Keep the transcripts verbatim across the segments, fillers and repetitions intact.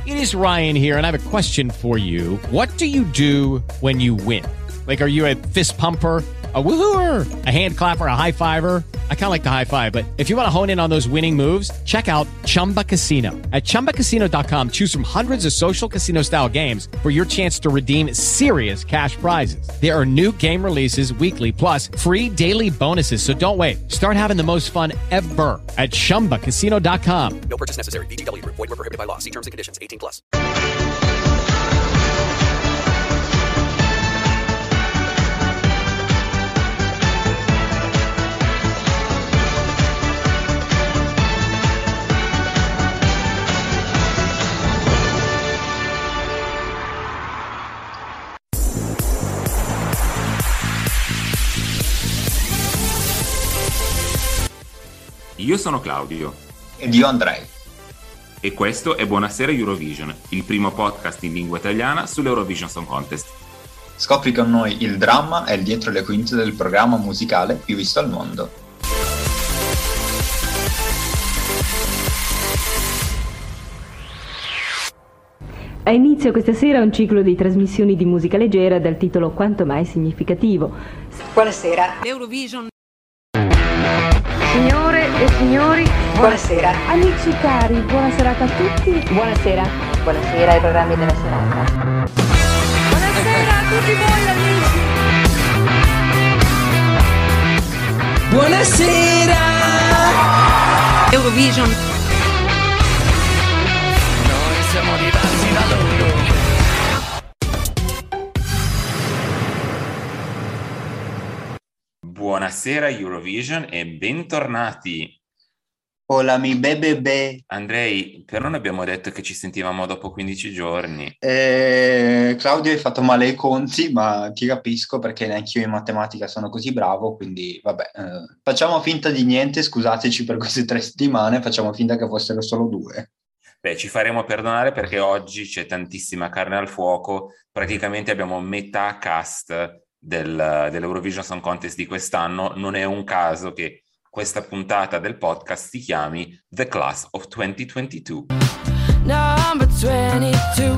It is Ryan here, and I have a question for you. What do you do when you win? Like, are you a fist pumper, a woohooer, a hand clapper, a high fiver? I kind of like the high five, but if you want to hone in on those winning moves, check out Chumba Casino. At chumba casino dot com, choose from hundreds of social casino style games for your chance to redeem serious cash prizes. There are new game releases weekly, plus free daily bonuses. So don't wait. Start having the most fun ever at chumba casino dot com. No purchase necessary. V G W Group. Void where prohibited by law. See terms and conditions. eighteen plus. Io sono Claudio. Ed io Andrei. E questo è Buonasera Eurovision, il primo podcast in lingua italiana sull'Eurovision Song Contest. Scopri con noi il dramma e il dietro le quinte del programma musicale più visto al mondo. Ha inizio questa sera un ciclo di trasmissioni di musica leggera dal titolo Quanto mai significativo. Buonasera. Eurovision. Signore e signori, buonasera. Amici cari, buona serata a tutti. Buonasera. Buonasera ai programmi della serata. Buonasera a tutti voi amici. Buonasera. Eurovision. Noi siamo diversi da loro. Buonasera Eurovision e bentornati. Hola mi bebè. Andrei, però non abbiamo detto che ci sentivamo dopo quindici giorni. Eh, Claudio, hai fatto male i conti, ma ti capisco perché neanche io in matematica sono così bravo, quindi vabbè. Eh, facciamo finta di niente, scusateci per queste tre settimane, facciamo finta che fossero solo due. Beh, ci faremo perdonare perché oggi c'è tantissima carne al fuoco, praticamente abbiamo metà cast Del, dell'Eurovision Song Contest di quest'anno. Non è un caso che questa puntata del podcast si chiami The Class of duemilaventidue. Number twenty-two.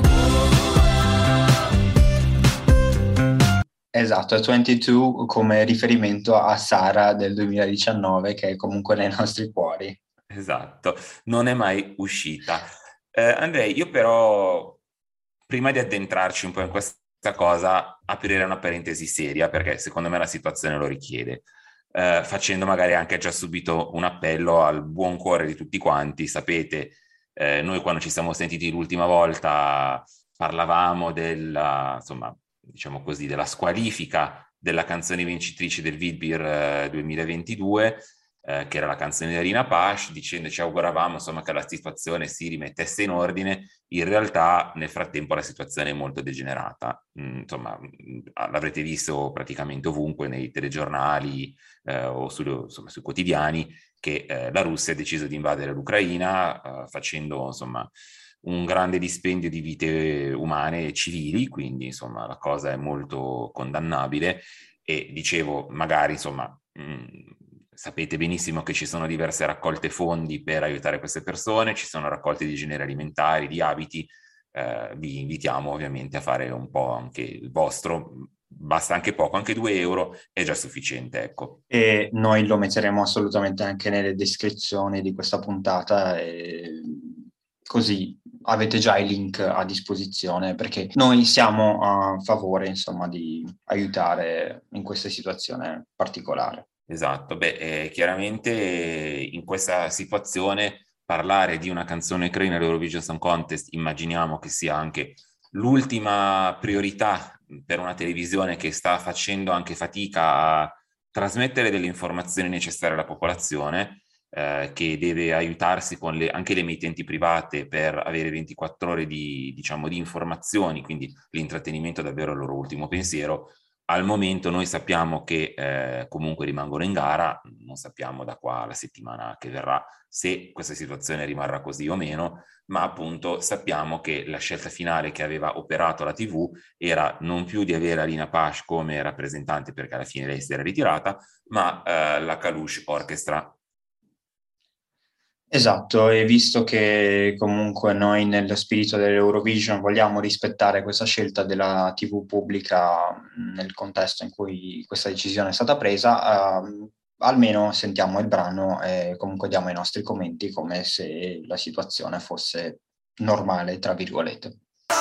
Esatto, ventidue come riferimento a Sara del duemiladiciannove, che è comunque nei nostri cuori. Esatto, non è mai uscita. Eh, Andrei, io però, prima di addentrarci un po' in questa cosa, aprire una parentesi seria, perché secondo me la situazione lo richiede, eh, facendo magari anche già subito un appello al buon cuore di tutti quanti. Sapete, eh, noi quando ci siamo sentiti l'ultima volta parlavamo della, insomma, diciamo così, della squalifica della canzone vincitrice del Vidbir eh, duemilaventidue, eh, che era la canzone di Rina Pash, dicendo ci auguravamo insomma che la situazione si rimettesse in ordine. In realtà nel frattempo la situazione è molto degenerata, mm, insomma l'avrete visto praticamente ovunque nei telegiornali eh, o su, insomma, sui quotidiani che eh, la Russia ha deciso di invadere l'Ucraina eh, facendo insomma un grande dispendio di vite umane e civili, quindi insomma la cosa è molto condannabile. E dicevo, magari insomma mh, sapete benissimo che ci sono diverse raccolte fondi per aiutare queste persone, ci sono raccolte di generi alimentari, di abiti, eh, vi invitiamo ovviamente a fare un po' anche il vostro, basta anche poco, anche due euro è già sufficiente, ecco. E noi lo metteremo assolutamente anche nelle descrizioni di questa puntata, e così avete già i link a disposizione, perché noi siamo a favore insomma di aiutare in questa situazione particolare. Esatto, beh, eh, chiaramente in questa situazione parlare di una canzone ucraina all'Eurovision Song Contest immaginiamo che sia anche l'ultima priorità per una televisione che sta facendo anche fatica a trasmettere delle informazioni necessarie alla popolazione, eh, che deve aiutarsi con le, anche le emittenti private per avere ventiquattro ore di, diciamo, di informazioni, quindi l'intrattenimento è davvero il loro ultimo pensiero. Al momento noi sappiamo che eh, comunque rimangono in gara, non sappiamo da qua alla settimana che verrà se questa situazione rimarrà così o meno, ma appunto sappiamo che la scelta finale che aveva operato la tivù era non più di avere Rina Pash come rappresentante, perché alla fine lei si era ritirata, ma eh, la Kalush Orchestra. Esatto, e visto che comunque noi nello spirito dell'Eurovision vogliamo rispettare questa scelta della tivù pubblica nel contesto in cui questa decisione è stata presa, eh, almeno sentiamo il brano e comunque diamo i nostri commenti come se la situazione fosse normale, tra virgolette.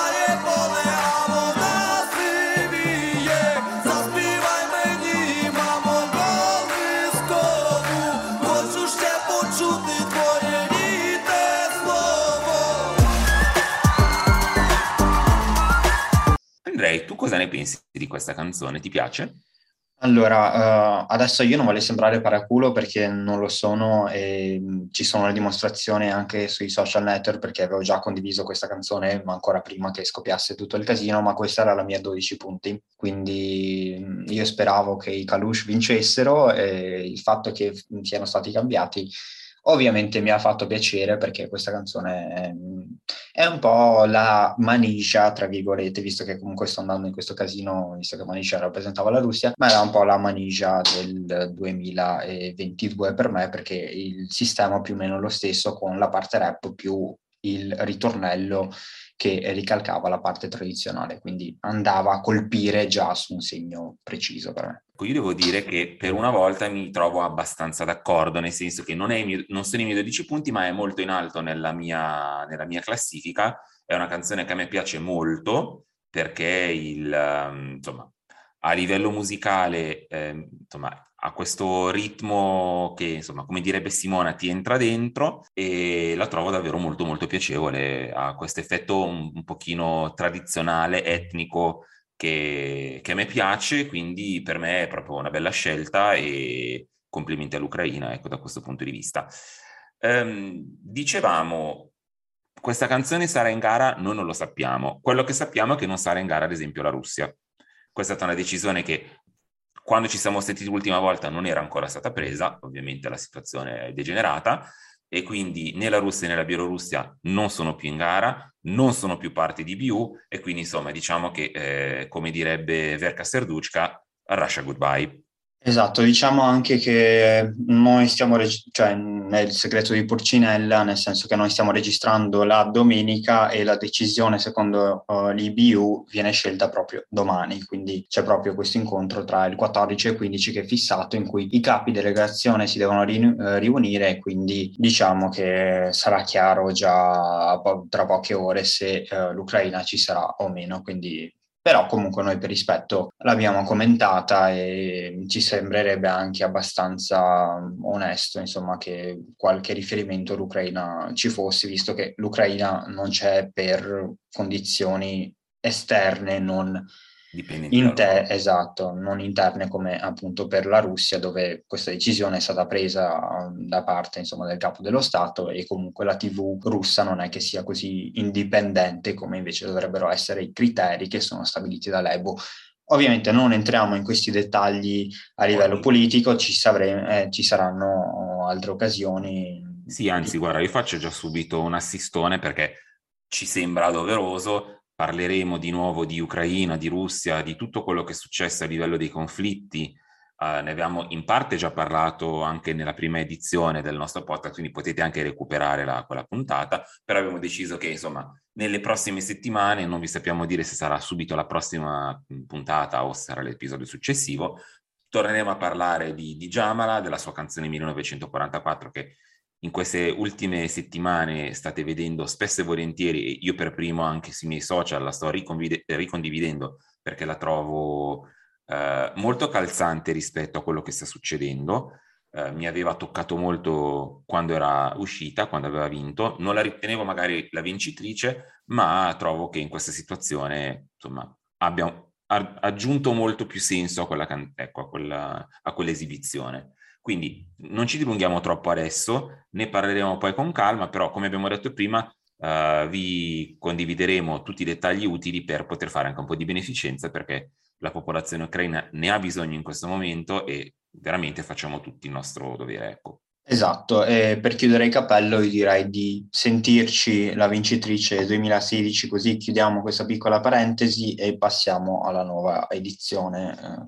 Andrei, tu cosa ne pensi di questa canzone? Ti piace? Allora, uh, adesso io non voglio sembrare paraculo perché non lo sono e mh, ci sono le dimostrazioni anche sui social network perché avevo già condiviso questa canzone ma ancora prima che scoppiasse tutto il casino, ma questa era la mia dodici punti, quindi mh, io speravo che i Kalush vincessero e il fatto che f- siano stati cambiati ovviamente mi ha fatto piacere perché questa canzone è, è un po' la Manisha, tra virgolette, visto che comunque sto andando in questo casino, visto che Manisha rappresentava la Russia, ma era un po' la Manisha del duemilaventidue per me perché il sistema è più o meno lo stesso con la parte rap più il ritornello che ricalcava la parte tradizionale, quindi andava a colpire già su un segno preciso per me. Io devo dire che per una volta mi trovo abbastanza d'accordo, nel senso che non, è mio, non sono i miei dodici punti, ma è molto in alto nella mia, nella mia classifica. È una canzone che a me piace molto perché il, insomma, a livello musicale eh, insomma, ha questo ritmo che, insomma, come direbbe Simona, ti entra dentro e la trovo davvero molto molto piacevole. Ha questo effetto un, un pochino tradizionale, etnico, Che, che a me piace, quindi per me è proprio una bella scelta e complimenti all'Ucraina, ecco, da questo punto di vista. Ehm, dicevamo, questa canzone sarà in gara? Noi non lo sappiamo. Quello che sappiamo è che non sarà in gara, ad esempio, la Russia. Questa è stata una decisione che quando ci siamo sentiti l'ultima volta non era ancora stata presa, ovviamente la situazione è degenerata, e quindi né la Russia né la Bielorussia non sono più in gara, non sono più parte di B U e quindi insomma diciamo che eh, come direbbe Verka Serduchka, Russia goodbye. Esatto, diciamo anche che noi stiamo, reg- cioè nel segreto di Porcinella, nel senso che noi stiamo registrando la domenica e la decisione secondo uh, l'I B U viene scelta proprio domani, quindi c'è proprio questo incontro tra il quattordici e il quindici che è fissato in cui i capi delegazione si devono ri- riunire e quindi diciamo che sarà chiaro già po- tra poche ore se uh, l'Ucraina ci sarà o meno, quindi... Però comunque noi per rispetto l'abbiamo commentata e ci sembrerebbe anche abbastanza onesto, insomma, che qualche riferimento all'Ucraina ci fosse, visto che l'Ucraina non c'è per condizioni esterne, non Inter- esatto, non interne come appunto per la Russia, dove questa decisione è stata presa da parte insomma del capo dello Stato e comunque la tivù russa non è che sia così indipendente come invece dovrebbero essere i criteri che sono stabiliti dall'E B U. Ovviamente non entriamo in questi dettagli a livello politico, ci, savre- eh, ci saranno altre occasioni. Sì, anzi, guarda, io faccio già subito un assistone perché ci sembra doveroso. Parleremo di nuovo di Ucraina, di Russia, di tutto quello che è successo a livello dei conflitti. Uh, ne abbiamo in parte già parlato anche nella prima edizione del nostro podcast, quindi potete anche recuperare la, quella puntata, però abbiamo deciso che insomma nelle prossime settimane, non vi sappiamo dire se sarà subito la prossima puntata o sarà l'episodio successivo, torneremo a parlare di, di Jamala, della sua canzone millenovecentoquarantaquattro che in queste ultime settimane state vedendo spesso e volentieri, e io per primo anche sui miei social la sto riconvide- ricondividendo perché la trovo eh, molto calzante rispetto a quello che sta succedendo. Eh, mi aveva toccato molto quando era uscita, quando aveva vinto. Non la ritenevo magari la vincitrice, ma trovo che in questa situazione insomma abbia ha aggiunto molto più senso a quella, can- ecco, a quella, a quell'esibizione. Quindi non ci dilunghiamo troppo adesso, ne parleremo poi con calma, però come abbiamo detto prima uh, vi condivideremo tutti i dettagli utili per poter fare anche un po' di beneficenza perché la popolazione ucraina ne ha bisogno in questo momento e veramente facciamo tutti il nostro dovere, ecco. Esatto, e per chiudere il cappello io direi di sentirci la vincitrice duemilasedici, così chiudiamo questa piccola parentesi e passiamo alla nuova edizione.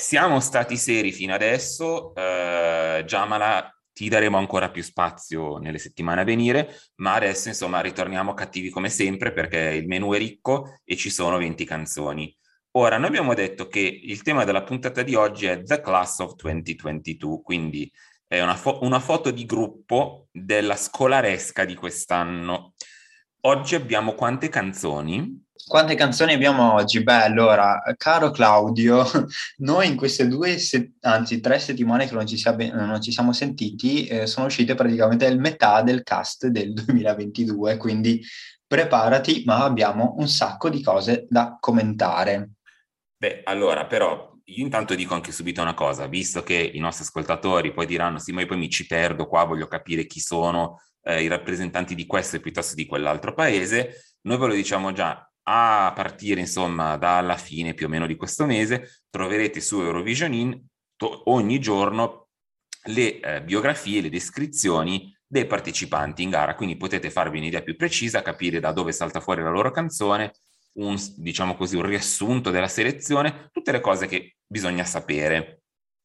siamo stati seri fino adesso, eh, Giamala, ti daremo ancora più spazio nelle settimane a venire, ma adesso insomma ritorniamo cattivi come sempre perché il menù è ricco e ci sono venti canzoni. Ora, noi abbiamo detto che il tema della puntata di oggi è The Class of duemilaventidue, quindi è una, fo- una foto di gruppo della scolaresca di quest'anno. Oggi abbiamo quante canzoni? Quante canzoni abbiamo oggi? Beh, allora, caro Claudio, noi in queste due, se- anzi tre settimane che non ci, sia- non ci siamo sentiti, eh, sono uscite praticamente il metà del cast del duemilaventidue, quindi preparati, ma abbiamo un sacco di cose da commentare. Beh, allora, però, io intanto dico anche subito una cosa, visto che i nostri ascoltatori poi diranno, sì, ma io poi mi ci perdo qua, voglio capire chi sono eh, i rappresentanti di questo e piuttosto di quell'altro paese, noi ve lo diciamo già, a partire insomma dalla fine più o meno di questo mese, troverete su Eurovision In to- ogni giorno le eh, biografie, le descrizioni dei partecipanti in gara, quindi potete farvi un'idea più precisa, capire da dove salta fuori la loro canzone, un, diciamo così, un riassunto della selezione, tutte le cose che bisogna sapere.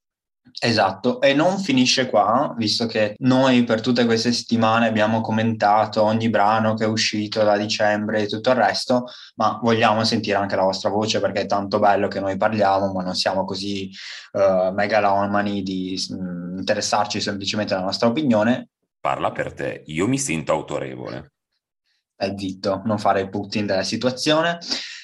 Esatto, e non finisce qua, visto che noi per tutte queste settimane abbiamo commentato ogni brano che è uscito da dicembre e tutto il resto, ma vogliamo sentire anche la vostra voce perché è tanto bello che noi parliamo, ma non siamo così uh, megalomani di mh, interessarci semplicemente alla nostra opinione. Parla per te, io mi sento autorevole. Stai zitto, non fare il Putin della situazione.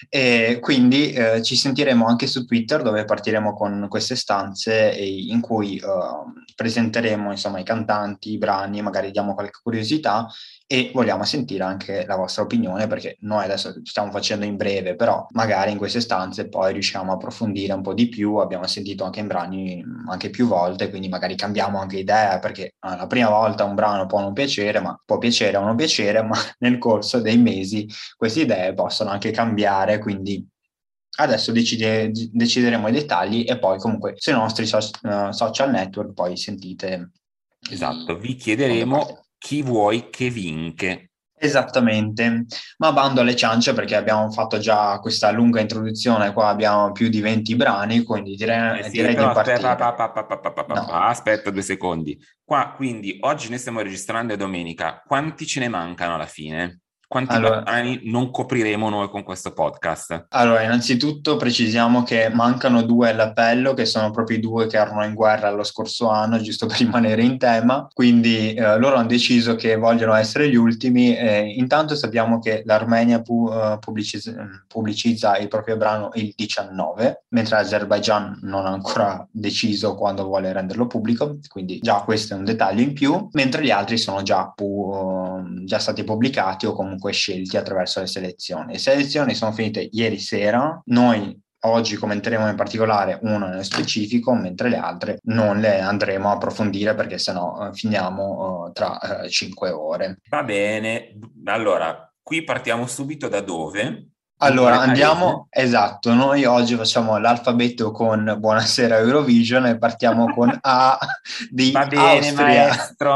E quindi eh, ci sentiremo anche su Twitter, dove partiremo con queste stanze in cui uh, presenteremo insomma i cantanti, i brani, magari diamo qualche curiosità e vogliamo sentire anche la vostra opinione, perché noi adesso stiamo facendo in breve, però magari in queste stanze poi riusciamo a approfondire un po' di più. Abbiamo sentito anche in brani anche più volte, quindi magari cambiamo anche idea, perché uh, la prima volta un brano può non piacere, ma può piacere o non piacere, ma nel corso dei mesi queste idee possono anche cambiare, quindi adesso decide, decideremo i dettagli e poi comunque sui nostri so, uh, social network poi sentite. Esatto, vi chiederemo chi vuoi che vinche. Esattamente, ma bando alle ciance perché abbiamo fatto già questa lunga introduzione, qua abbiamo più di venti brani, quindi direi, Eh sì, direi però di partire. aspetta, pa, pa, pa, pa, pa, pa, No. pa, aspetta due secondi. Qua, quindi, oggi noi stiamo registrando è domenica. Quanti ce ne mancano alla fine? Quanti Allora- brani non copriremo noi con questo podcast? Allora, innanzitutto precisiamo che mancano due all'appello, che sono proprio i due che erano in guerra lo scorso anno, giusto per rimanere in tema, quindi eh, loro hanno deciso che vogliono essere gli ultimi. Eh, intanto sappiamo che l'Armenia pu- uh, pubblicizza, pubblicizza il proprio brano il diciannove, mentre l'Azerbaigian non ha ancora deciso quando vuole renderlo pubblico, quindi già questo è un dettaglio in più, mentre gli altri sono già, pu- uh, già stati pubblicati o comunque scelti attraverso le selezioni. Le selezioni sono finite ieri sera, noi oggi commenteremo in particolare una nello specifico, mentre le altre non le andremo a approfondire perché sennò uh, finiamo uh, tra uh, cinque ore. Va bene, allora, qui partiamo subito da dove? Allora andiamo, esatto, noi oggi facciamo l'alfabeto con Buonasera Eurovision e partiamo con A di Va bene, Austria. maestro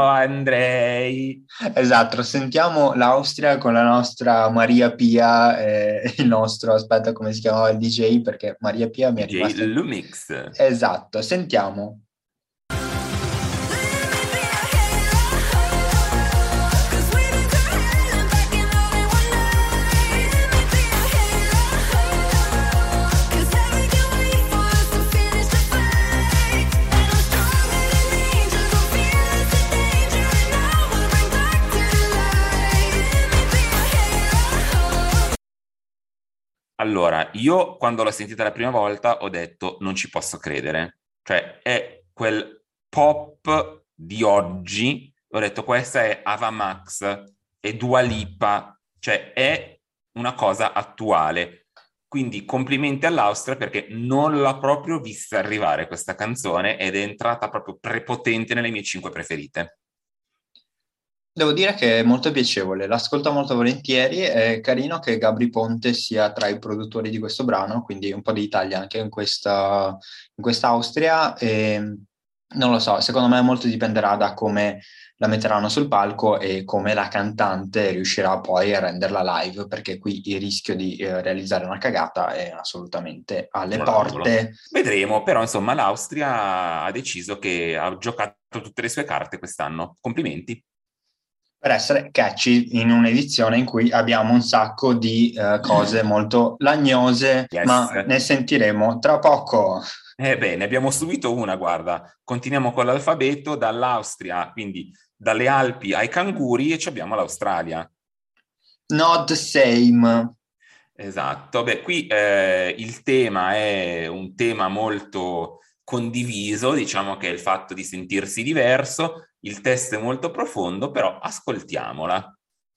Andrei. Esatto, sentiamo l'Austria con la nostra Maria Pia, eh, il nostro, aspetta come si chiamava il D J, perché Maria Pia mi è D J rimasta... Lumix. Esatto, sentiamo. Allora, io quando l'ho sentita la prima volta ho detto non ci posso credere, cioè è quel pop di oggi, ho detto questa è Ava Max, è Dua Lipa, cioè è una cosa attuale, quindi complimenti all'Austria perché non l'ho proprio vista arrivare questa canzone ed è entrata proprio prepotente nelle mie cinque preferite. Devo dire che è molto piacevole, l'ascolto molto volentieri, è carino che Gabri Ponte sia tra i produttori di questo brano, quindi un po' di Italia anche in questa, in questa Austria, e non lo so, secondo me molto dipenderà da come la metteranno sul palco e come la cantante riuscirà poi a renderla live, perché qui il rischio di eh, realizzare una cagata è assolutamente alle No, porte. Vedremo, però insomma l'Austria ha deciso che ha giocato tutte le sue carte quest'anno. Complimenti. Per essere catchy in un'edizione in cui abbiamo un sacco di uh, cose molto lagnose, Yes. ma ne sentiremo tra poco. Eh beh, ne abbiamo subito una, guarda. Continuiamo con l'alfabeto, dall'Austria, quindi dalle Alpi ai canguri, e ci abbiamo l'Australia. Not the same. Esatto, beh, qui eh, il tema è un tema molto condiviso, diciamo che è il fatto di sentirsi diverso. Il testo è molto profondo, però ascoltiamola.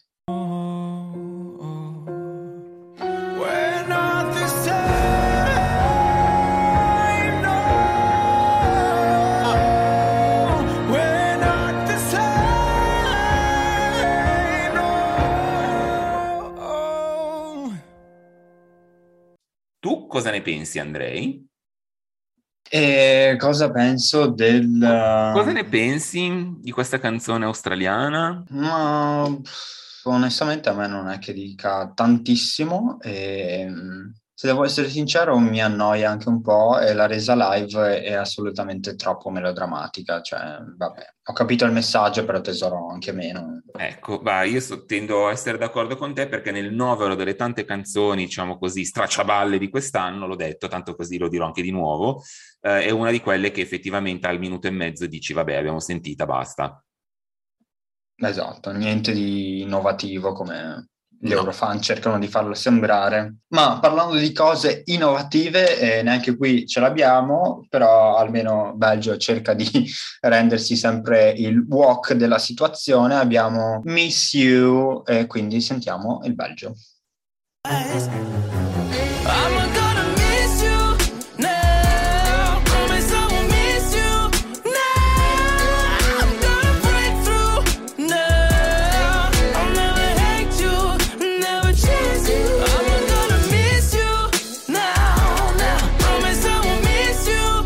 Tu cosa ne pensi, Andrei? E cosa penso del... Cosa ne pensi di questa canzone australiana? Ma onestamente a me non è che dica tantissimo e se devo essere sincero mi annoia anche un po' e la resa live è assolutamente troppo melodrammatica, cioè vabbè, ho capito il messaggio però tesoro anche meno. Ecco, va, io so, tendo a essere d'accordo con te perché nel novero delle tante canzoni, diciamo così, stracciaballe di quest'anno, l'ho detto, tanto così lo dirò anche di nuovo, eh, è una di quelle che effettivamente al minuto e mezzo dici vabbè, abbiamo sentita, basta. Esatto, niente di innovativo come gli No. Eurofan cercano di farlo sembrare. Ma parlando di cose innovative, eh, neanche qui ce l'abbiamo, però almeno Belgio cerca di rendersi sempre il walk della situazione. Abbiamo Miss You e quindi sentiamo il Belgio. I'm gonna miss you now. Promise I won't miss you now. I'm gonna break through now. I'll never hate you, never chase you. I'm gonna miss you now, now. Promise I won't miss you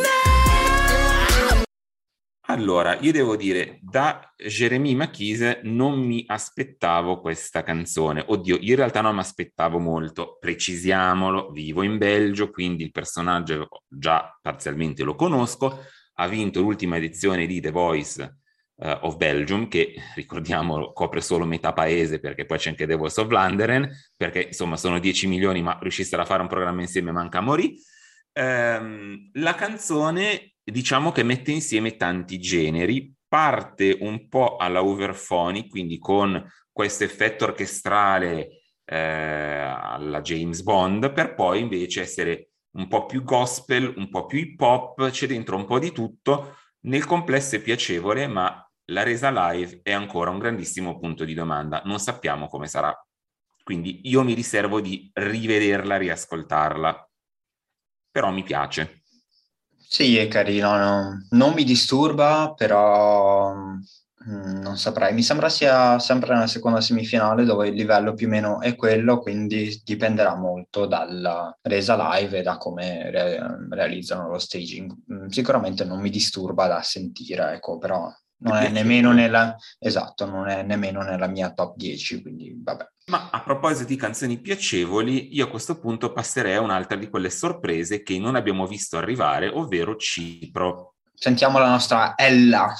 now. Allora, io devo dire, da Jérémie Maquise non mi aspettavo questa canzone. Oddio, io in realtà non mi aspettavo molto. Precisiamolo, vivo in Belgio, quindi il personaggio già parzialmente lo conosco. Ha vinto l'ultima edizione di The Voice uh, of Belgium, che, ricordiamolo, copre solo metà paese, perché poi c'è anche The Voice of Vlaanderen, perché insomma sono dieci milioni, ma riuscissero a fare un programma insieme manca a morì. Ehm, la canzone, diciamo che mette insieme tanti generi, parte un po' alla Overphonic, quindi con questo effetto orchestrale eh, alla James Bond, per poi invece essere un po' più gospel, un po' più hip hop, c'è dentro un po' di tutto. Nel complesso è piacevole, ma la resa live è ancora un grandissimo punto di domanda. Non sappiamo come sarà, quindi io mi riservo di rivederla, riascoltarla, però mi piace. Sì, è carino, no? Non mi disturba, però mm, non saprei. Mi sembra sia sempre nella seconda semifinale dove il livello più o meno è quello, quindi dipenderà molto dalla resa live e da come re- realizzano lo staging. Mm, sicuramente non mi disturba da sentire, ecco, però non è nemmeno nella, esatto, non è nemmeno nella mia top dieci, quindi vabbè. Ma a proposito di canzoni piacevoli, io a questo punto passerei a un'altra di quelle sorprese che non abbiamo visto arrivare, ovvero Cipro. Sentiamo la nostra Ella.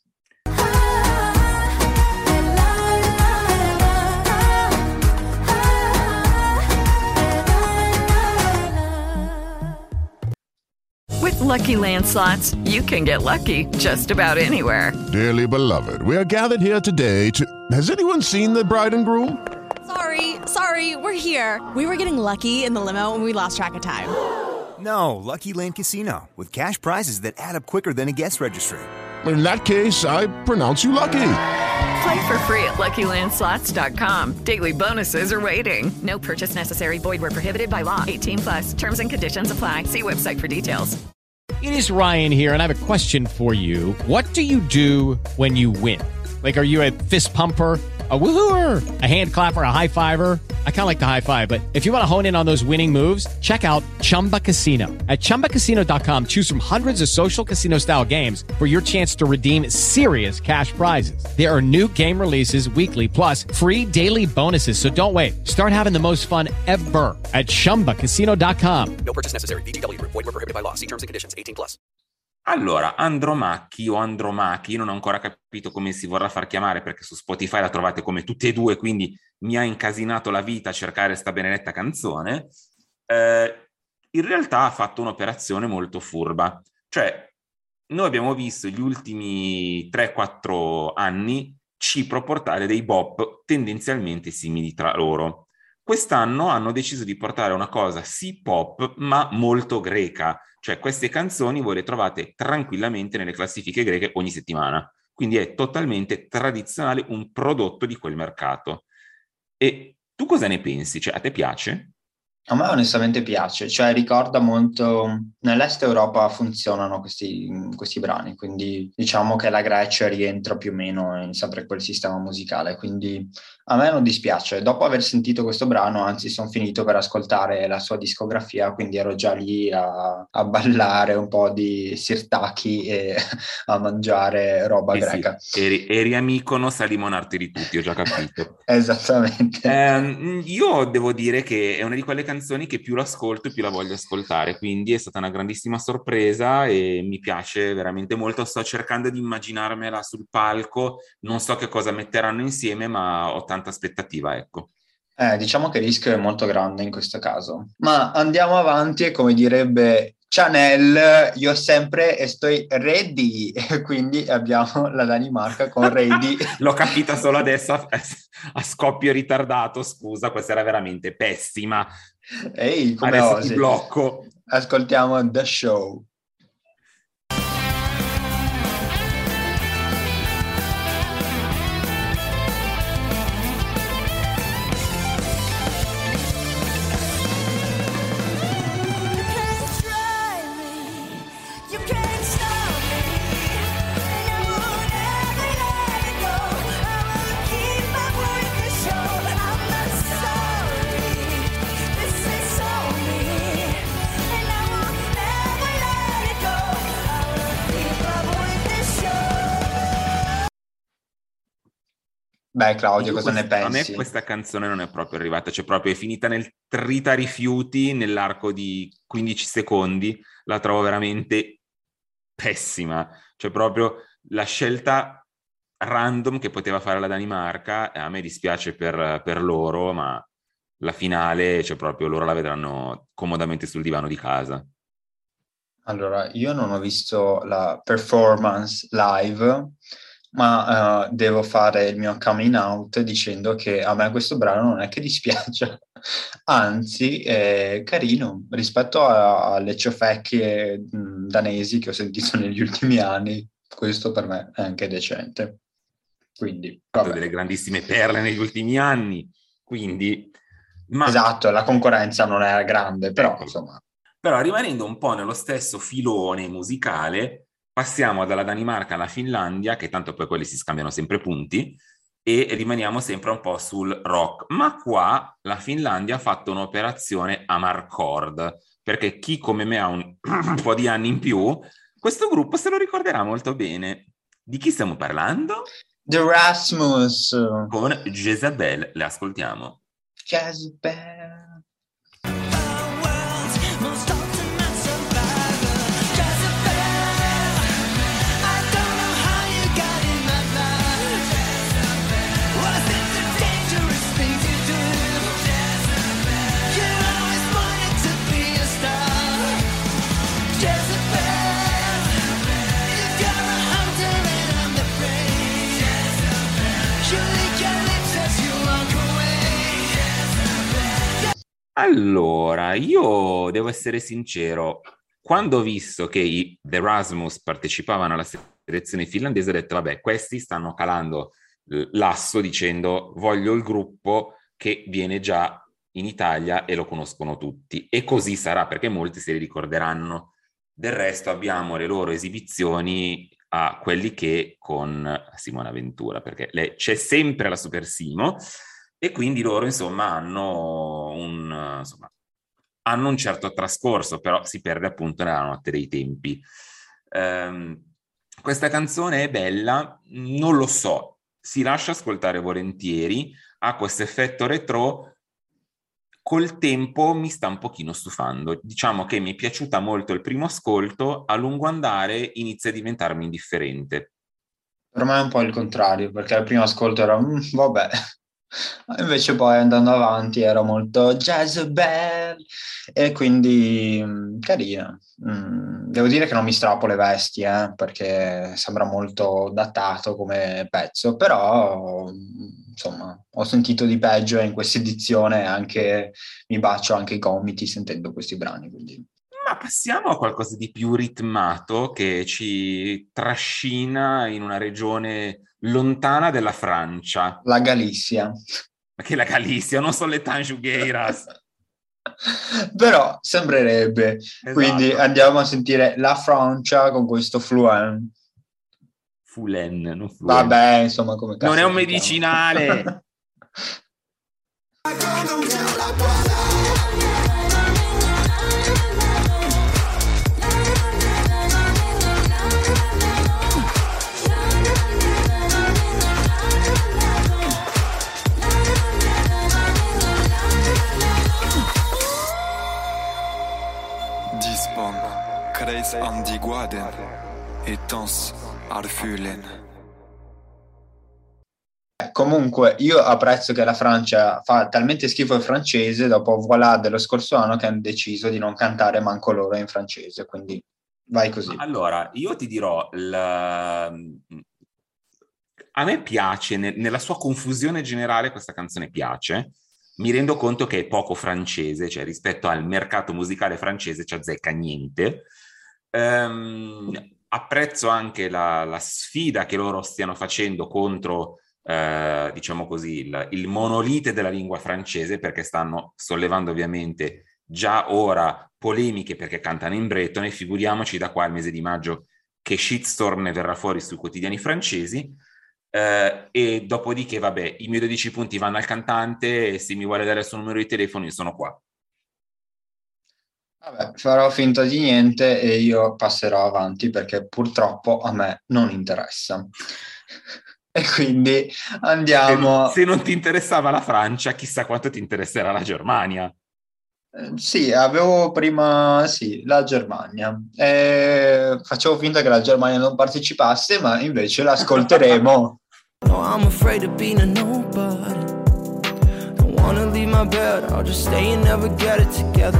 With Lucky Land Slots, you can get lucky just about anywhere. Dearly beloved, we are gathered here today to... Has anyone seen the bride and groom? Sorry, sorry, we're here. We were getting lucky in the limo and we lost track of time. No, Lucky Land Casino, with cash prizes that add up quicker than a guest registry. In that case, I pronounce you lucky. Play for free at Lucky Land Slots dot com. Daily bonuses are waiting. No purchase necessary. Void where prohibited by law. eighteen plus. Terms and conditions apply. See website for details. It is Ryan here, and I have a question for you. What do you do when you win? Like, are you a fist pumper? A woohooer, a hand clapper, a high fiver. I kind of like the high five, but if you want to hone in on those winning moves, check out Chumba Casino. At chumba casino dot com, choose from hundreds of social casino style games for your chance to redeem serious cash prizes. There are new game releases weekly, plus free daily bonuses. So don't wait. Start having the most fun ever at chumba casino dot com. No purchase necessary. V G W. Void where prohibited by law. See terms and conditions. eighteen plus. Allora, Andromacchi o Andromachi, non ho ancora capito come si vorrà far chiamare perché su Spotify la trovate come tutte e due, quindi mi ha incasinato la vita a cercare sta benedetta canzone. Eh, in realtà ha fatto un'operazione molto furba. Cioè, noi abbiamo visto gli ultimi tre quattro anni Cipro portare dei bop tendenzialmente simili tra loro. Quest'anno hanno deciso di portare una cosa sì pop, ma molto greca. Cioè queste canzoni voi le trovate tranquillamente nelle classifiche greche ogni settimana. Quindi è totalmente tradizionale, un prodotto di quel mercato. E tu cosa ne pensi? Cioè a te piace? A me onestamente piace, cioè ricorda molto, nell'est Europa funzionano questi, questi brani, quindi diciamo che la Grecia rientra più o meno in sempre quel sistema musicale, quindi a me non dispiace. Dopo aver sentito questo brano, anzi sono finito per ascoltare la sua discografia, quindi ero già lì a, a ballare un po' di sirtaki e a mangiare roba eh greca. Sì, eri, eri a Mykonos a limonarti di tutti, ho già capito. Esattamente. Eh, io devo dire che è una di quelle canzoni che più l'ascolto più la voglio ascoltare, quindi è stata una grandissima sorpresa e mi piace veramente molto. Sto cercando di immaginarmela sul palco, non so che cosa metteranno insieme, ma ho tanta aspettativa, ecco. Eh, diciamo che il rischio è molto grande in questo caso. Ma andiamo avanti e come direbbe Chanel, io sempre e sto ready, e quindi abbiamo la Danimarca con ready. L'ho capita solo adesso a, a scoppio ritardato, scusa, questa era veramente pessima. Ehi, come adesso osi? ti blocco. Ascoltiamo The Show. Beh, Claudio, cosa questa, ne pensi? A me questa canzone non è proprio arrivata, cioè proprio è finita nel trita rifiuti nell'arco di quindici secondi, la trovo veramente pessima, cioè proprio la scelta random che poteva fare la Danimarca, a me dispiace per, per loro, ma la finale, cioè proprio loro la vedranno comodamente sul divano di casa. Allora, io non ho visto la performance live, ma uh, devo fare il mio coming out dicendo che a me questo brano non è che dispiace, anzi è carino rispetto a, alle ciofecchie mh, danesi che ho sentito negli ultimi anni. Questo per me è anche decente. Quindi, vabbè. Delle grandissime perle negli ultimi anni, quindi... Ma... Esatto, la concorrenza non era grande, però ecco. Insomma... Però rimanendo un po' nello stesso filone musicale, passiamo dalla Danimarca alla Finlandia, che tanto poi quelli si scambiano sempre punti, e rimaniamo sempre un po' sul rock. Ma qua la Finlandia ha fatto un'operazione a Marcord, perché chi come me ha un, un po' di anni in più, questo gruppo se lo ricorderà molto bene. Di chi stiamo parlando? The Rasmus. Con Jezebel, le ascoltiamo. Jezebel. Allora, io devo essere sincero, quando ho visto che i The Rasmus partecipavano alla selezione finlandese, ho detto, vabbè, questi stanno calando l'asso dicendo voglio il gruppo che viene già in Italia e lo conoscono tutti. E così sarà, perché molti se li ricorderanno. Del resto abbiamo le loro esibizioni a quelli che con Simona Ventura, perché lei, c'è sempre la Super Simo, e quindi loro insomma hanno un, insomma, hanno un certo trascorso, però si perde appunto nella notte dei tempi. Um, questa canzone è bella, non lo so, si lascia ascoltare volentieri, ha questo effetto retro. Col tempo mi sta un pochino stufando. Diciamo che mi è piaciuta molto il primo ascolto, a lungo andare inizia a diventarmi indifferente. Per me è un po' il contrario, perché al primo ascolto era mm, vabbè, invece poi andando avanti era molto Jezebel, e quindi mh, carina. Mm, devo dire che non mi strappo le vesti, eh, perché sembra molto datato come pezzo, però insomma ho sentito di peggio, e in questa edizione anche mi bacio anche i gomiti sentendo questi brani, quindi. Ma passiamo a qualcosa di più ritmato, che ci trascina in una regione lontana della Francia. La Galizia. Ma che la Galizia? Non sono le Tangiugueiras. Però sembrerebbe. Esatto. Quindi andiamo a sentire la Francia con questo Fluent. Fulen, non Fluent. Vabbè, insomma, come cazzo non è un medicinale. Dispon, Kreis an die Guaden e Tons al Fühlen. Comunque io apprezzo che la Francia fa talmente schifo il francese dopo Voilà dello scorso anno, che hanno deciso di non cantare manco loro in francese, quindi vai così. Allora, io ti dirò, la... a me piace, ne- nella sua confusione generale questa canzone piace. Mi rendo conto che è poco francese, cioè rispetto al mercato musicale francese ci azzecca niente. Um, apprezzo anche la, la sfida che loro stiano facendo contro, eh, diciamo così, il, il monolite della lingua francese, perché stanno sollevando ovviamente già ora polemiche perché cantano in bretone, figuriamoci da qua al mese di maggio che shitstorm ne verrà fuori sui quotidiani francesi. Uh, e dopodiché, vabbè, i miei dodici punti vanno al cantante, e se mi vuole dare il suo numero di telefono io sono qua. Vabbè, farò finta di niente e io passerò avanti, perché purtroppo a me non interessa. E quindi andiamo... Se, se non ti interessava la Francia, chissà quanto ti interesserà la Germania. Eh, sì, avevo prima, sì, la Germania. Eh, facevo finta che la Germania non partecipasse, ma invece l'ascolteremo. No, I'm afraid of being a nobody. Don't wanna leave my bed, I'll just stay and never get it together.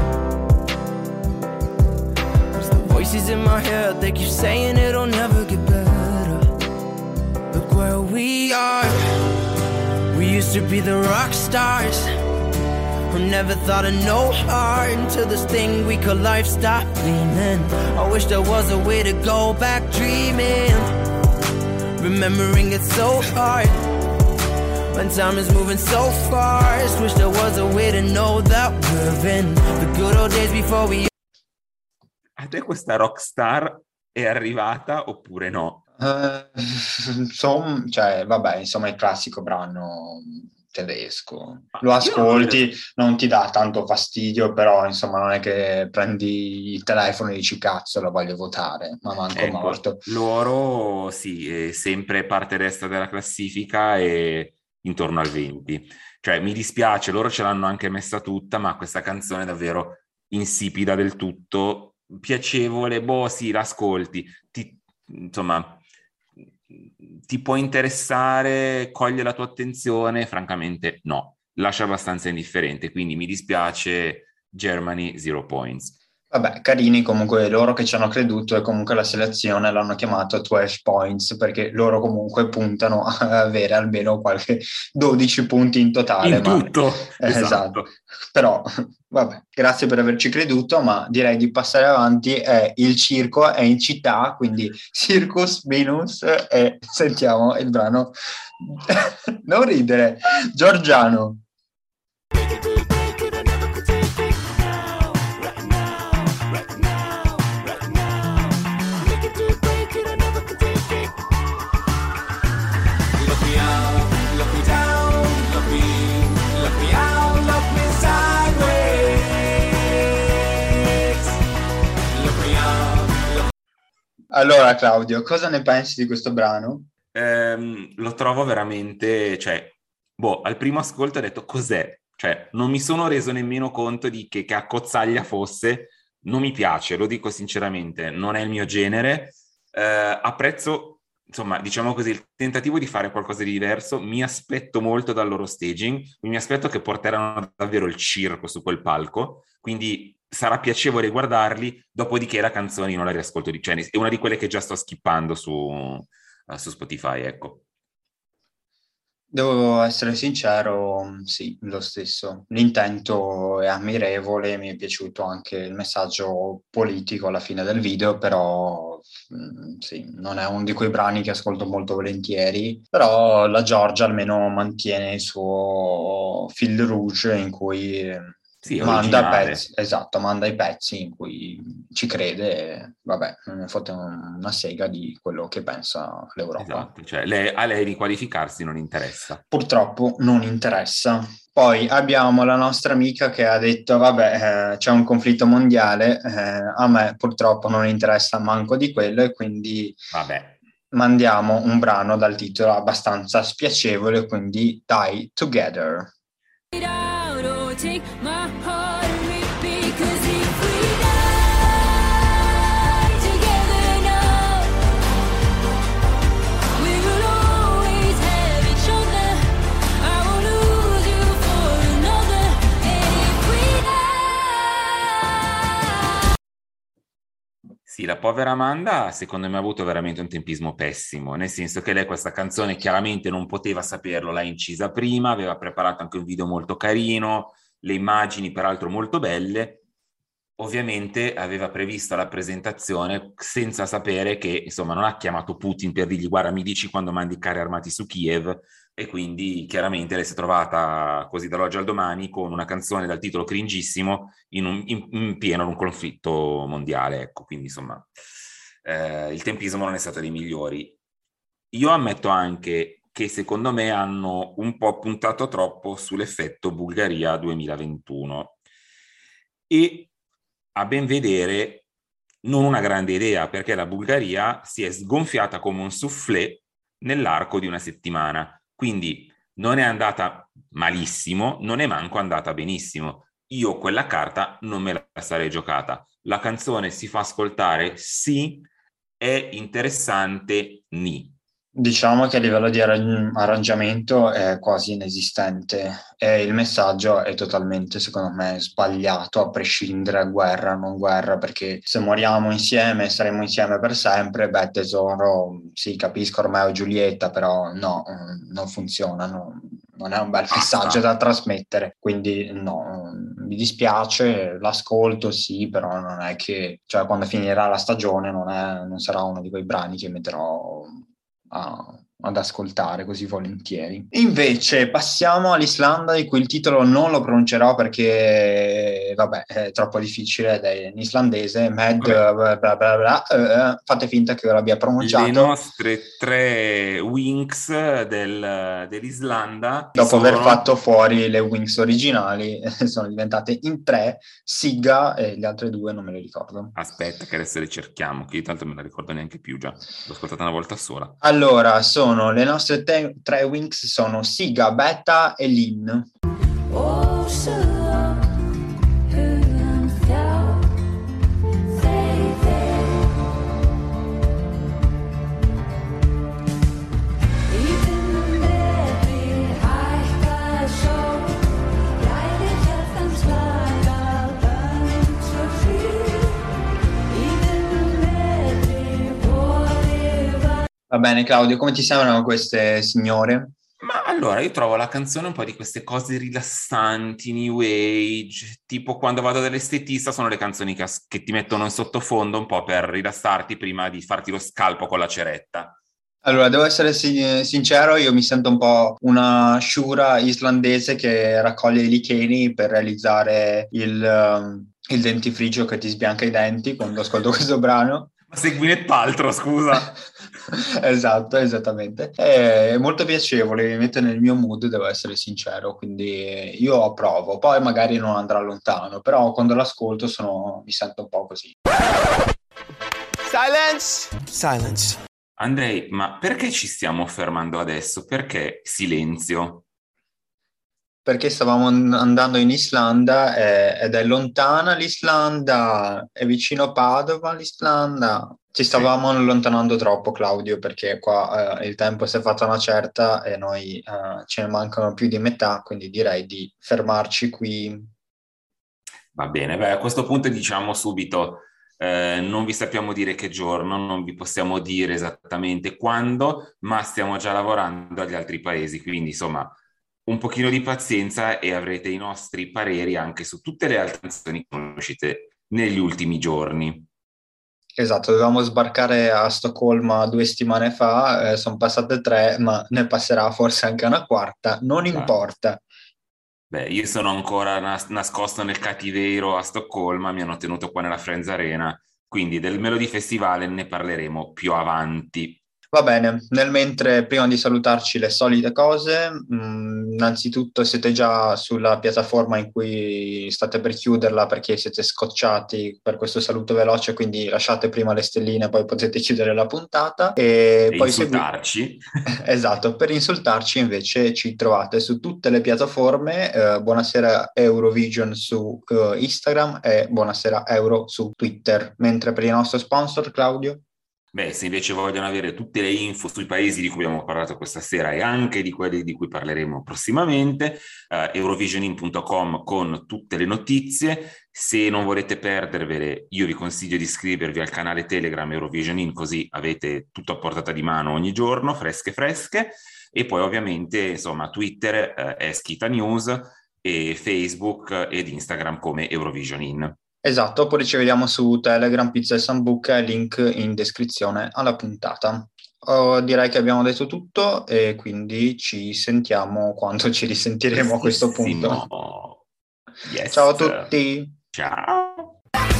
Cause the voices in my head, they keep saying it'll never get better. Look where we are. We used to be the rock stars who never thought of no heart until this thing we call life stopped gleaming. I wish there was a way to go back dreaming. Remembering it so hard when time is moving so fast. Wish there was a way to know that we're in the good old days before we... A te questa rockstar è arrivata oppure no? Uh, insomma, cioè, vabbè, insomma, il classico brano tedesco. Lo ascolti, non ti dà tanto fastidio, però insomma non è che prendi il telefono e dici cazzo lo voglio votare, ma manco ecco, morto. Loro sì, è sempre parte destra della classifica e intorno al venti. Cioè mi dispiace, loro ce l'hanno anche messa tutta, ma questa canzone è davvero insipida del tutto, piacevole, boh sì, l'ascolti, ti, insomma... ti può interessare, coglie la tua attenzione? Francamente no, lascia abbastanza indifferente, quindi mi dispiace, Germany zero points. Vabbè, carini comunque loro che ci hanno creduto, e comunque la selezione l'hanno chiamato twelve points, perché loro comunque puntano a avere almeno qualche dodici punti in totale. In ma... tutto, eh, esatto. esatto. Però, vabbè, grazie per averci creduto, ma direi di passare avanti. Eh, il circo è in città, quindi Circus Minus, e sentiamo il brano. Non ridere, Giorgiano. Allora Claudio, cosa ne pensi di questo brano? Ehm, lo trovo veramente, cioè, boh, al primo ascolto ho detto cos'è? Cioè, non mi sono reso nemmeno conto di che, che accozzaglia fosse, non mi piace, lo dico sinceramente, non è il mio genere, eh, apprezzo, insomma, diciamo così, il tentativo di fare qualcosa di diverso, mi aspetto molto dal loro staging, mi aspetto che porteranno davvero il circo su quel palco, quindi sarà piacevole guardarli, dopodiché la canzone non la riascolto di, cioè, è una di quelle che già sto skippando su, su Spotify, ecco. Devo essere sincero, sì, lo stesso. L'intento è ammirevole, mi è piaciuto anche il messaggio politico alla fine del video, però mh, sì, non è uno di quei brani che ascolto molto volentieri, però la Giorgia almeno mantiene il suo fil rouge in cui sì, manda originale. pezzi, esatto, manda i pezzi in cui ci crede e vabbè, non ne fotte una sega di quello che pensa l'Europa. Esatto, cioè lei, a lei riqualificarsi non interessa. Purtroppo non interessa. Poi abbiamo la nostra amica che ha detto vabbè, eh, c'è un conflitto mondiale, eh, a me purtroppo non interessa manco di quello e quindi vabbè. Mandiamo un brano dal titolo abbastanza spiacevole, quindi Die Together. Sì, la povera Amanda secondo me ha avuto veramente un tempismo pessimo, nel senso che lei questa canzone chiaramente non poteva saperlo, l'ha incisa prima, aveva preparato anche un video molto carino, le immagini peraltro molto belle, ovviamente aveva previsto la presentazione senza sapere che, insomma, non ha chiamato Putin per dirgli guarda mi dici quando mandi carri armati su Kiev, e quindi chiaramente lei si è trovata così dall'oggi al domani con una canzone dal titolo cringissimo in, un, in, in pieno un conflitto mondiale, ecco, quindi insomma eh, il tempismo non è stato dei migliori. Io ammetto anche che secondo me hanno un po' puntato troppo sull'effetto Bulgaria duemilaventuno e a ben vedere non una grande idea, perché la Bulgaria si è sgonfiata come un soufflé nell'arco di una settimana. Quindi non è andata malissimo, non è manco andata benissimo. Io quella carta non me la sarei giocata. La canzone si fa ascoltare, sì, è interessante, ni. Diciamo che a livello di arrangiamento è quasi inesistente e il messaggio è totalmente, secondo me, sbagliato, a prescindere guerra o non guerra, perché se moriamo insieme saremo insieme per sempre, beh tesoro, sì capisco Romeo e Giulietta, però no, non funziona, no, non è un bel messaggio da trasmettere, quindi no, mi dispiace, l'ascolto sì, però non è che, cioè quando finirà la stagione non, è, non sarà uno di quei brani che metterò A, ad ascoltare così volentieri. Invece passiamo all'Islanda, di cui il titolo non lo pronuncerò perché vabbè è troppo difficile ed è in islandese. Mad bla bla bla bla, uh, fate finta che io l'abbia pronunciato. Le nostre tre Winx del, dell'Islanda, dopo sono... aver fatto fuori le Winx originali, sono diventate in tre, Sigga e le altre due non me le ricordo. Aspetta che adesso le cerchiamo, che io tanto me la ricordo neanche più già, l'ho ascoltata una volta sola. Allora, sono le nostre te- tre Winx sono Sigga, Beta e Lin. Oh, so- Va bene Claudio, come ti sembrano queste signore? Ma allora, io trovo la canzone un po' di queste cose rilassanti, new age, tipo quando vado dall'estetista sono le canzoni che, che ti mettono in sottofondo un po' per rilassarti prima di farti lo scalpo con la ceretta. Allora, devo essere sin- sincero, io mi sento un po' una sciura islandese che raccoglie i licheni per realizzare il, um, il dentifricio che ti sbianca i denti quando ascolto questo brano. Ma sei Gwyneth Paltrow, scusa! Esatto, esattamente. È molto piacevole, mi mette nel mio mood, devo essere sincero, quindi io approvo. Poi magari non andrà lontano, però quando l'ascolto sono, mi sento un po' così. Silence! Silence. Andrei, ma perché ci stiamo fermando adesso? Perché silenzio? Perché stavamo andando in Islanda eh, ed è lontana l'Islanda, è vicino Padova l'Islanda. Ci stavamo sì. allontanando troppo, Claudio, perché qua eh, il tempo si è fatto una certa e noi eh, ce ne mancano più di metà, quindi direi di fermarci qui. Va bene, beh, a questo punto diciamo subito, eh, non vi sappiamo dire che giorno, non vi possiamo dire esattamente quando, ma stiamo già lavorando agli altri paesi, quindi insomma un pochino di pazienza e avrete i nostri pareri anche su tutte le altre canzoni che conoscete negli ultimi giorni. Esatto, dovevamo sbarcare a Stoccolma due settimane fa, eh, sono passate tre, ma ne passerà forse anche una quarta, non Esatto. importa. Beh, io sono ancora nas- nascosto nel cattiveiro a Stoccolma, mi hanno tenuto qua nella Friends Arena, quindi del Melody Festival ne parleremo più avanti. Va bene, nel mentre prima di salutarci le solite cose, mh, innanzitutto siete già sulla piattaforma in cui state per chiuderla perché siete scocciati per questo saluto veloce, quindi lasciate prima le stelline, poi potete chiudere la puntata e, E poi insultarci. segui- Esatto, per insultarci invece ci trovate su tutte le piattaforme, eh, buonasera Eurovision su eh, Instagram e buonasera Euro su Twitter, mentre per il nostro sponsor Claudio? Beh, se invece vogliono avere tutte le info sui paesi di cui abbiamo parlato questa sera e anche di quelli di cui parleremo prossimamente, eh, eurovisionin punto com con tutte le notizie. Se non volete perdervele, io vi consiglio di iscrivervi al canale Telegram Eurovisionin, così avete tutto a portata di mano ogni giorno, fresche fresche. E poi ovviamente, insomma, Twitter eh, è Schita News e Facebook ed Instagram come Eurovisionin. Esatto, oppure ci vediamo su Telegram, Pizza e Sambuca, link in descrizione alla puntata. Oh, direi che abbiamo detto tutto e quindi ci sentiamo quando ci risentiremo a questo punto. Yes. Ciao a tutti! Ciao!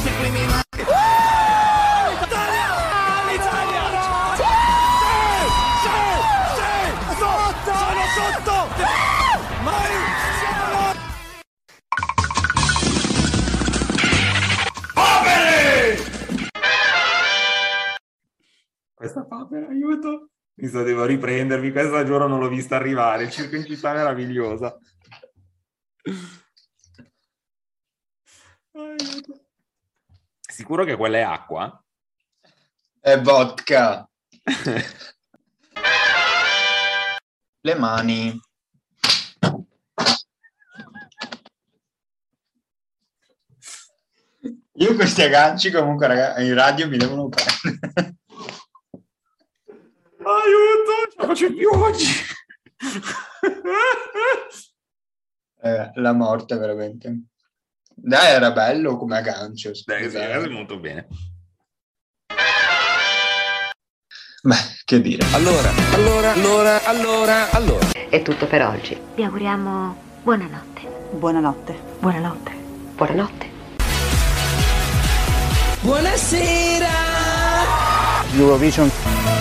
Questa papera, aiuto! Mi so, devo riprendermi, questa giorno non l'ho vista arrivare, il circo in città è meravigliosa. Aiuto. Sicuro che quella è acqua? È vodka! Le mani! Io questi agganci comunque, ragazzi, in radio mi devono prendere. Aiuto, ce la faccio più oggi. Eh, la morte veramente. Dai, era bello come aggancio. Dai, sì, è molto bene. Beh, che dire. Allora, allora, allora, allora, allora. È tutto per oggi. Vi auguriamo buonanotte. Buonanotte. Buonanotte. Buonanotte. Buonasera! Eurovision.